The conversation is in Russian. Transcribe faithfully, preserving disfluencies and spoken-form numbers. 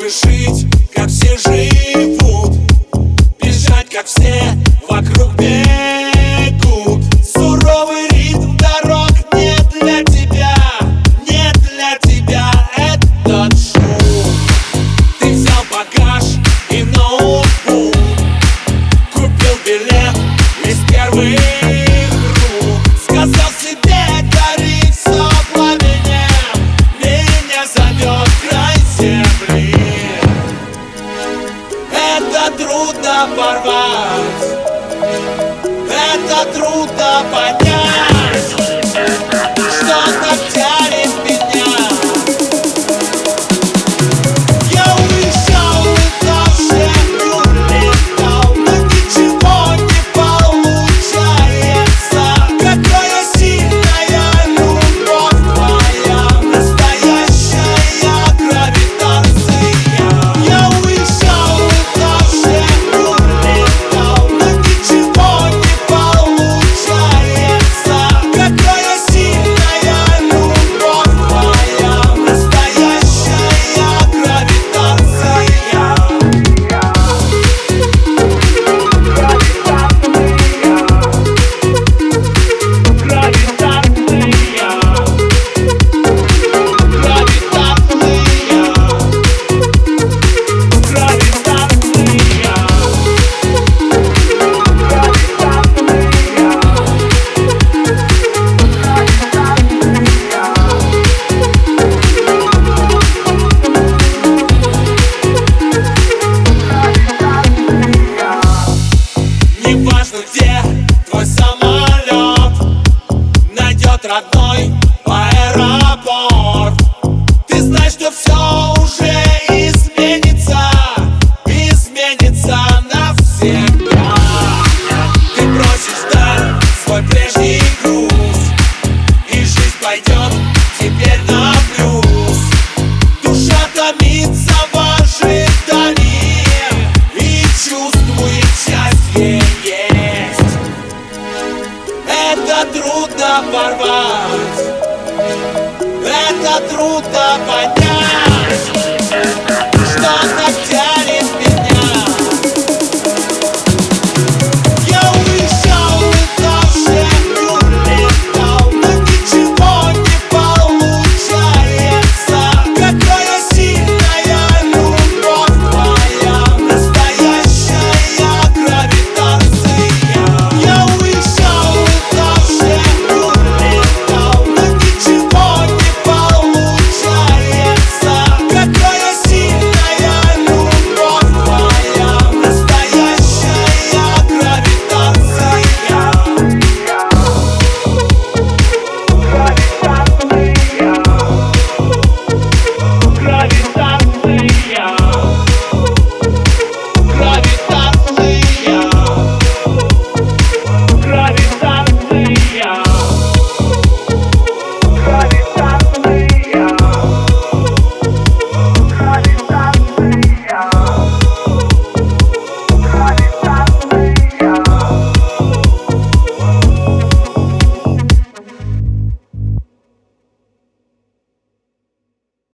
жить, как все живут, бежать, как все вокруг бегут. Суровый ритм дорог не для тебя, не для тебя этот шум. Ты взял багаж и ноутбук, купил билет из первых рук. Сказал себе, гори все пламенем, меня зовет край земли. Это трудно порвать, это трудно понять, что так тянет меня. Я уезжал и даже улетал, но ничего не получается. Какая сильная любовь твоя, настоящая гравитация. Я уезжал и даже улетал, но ничего не получается. Какая сильная любовь твоя, настоящая гравитация. Неважно, где твой самолет найдет родной аэропорт, ты знаешь, что все уже изменится, изменится навсегда. Ты бросишь вдаль свой прежний груз, и жизнь пойдет теперь на плюс. Душа томится в ожидании и чувствует счастье есть. Это трудно порвать, это трудно понять.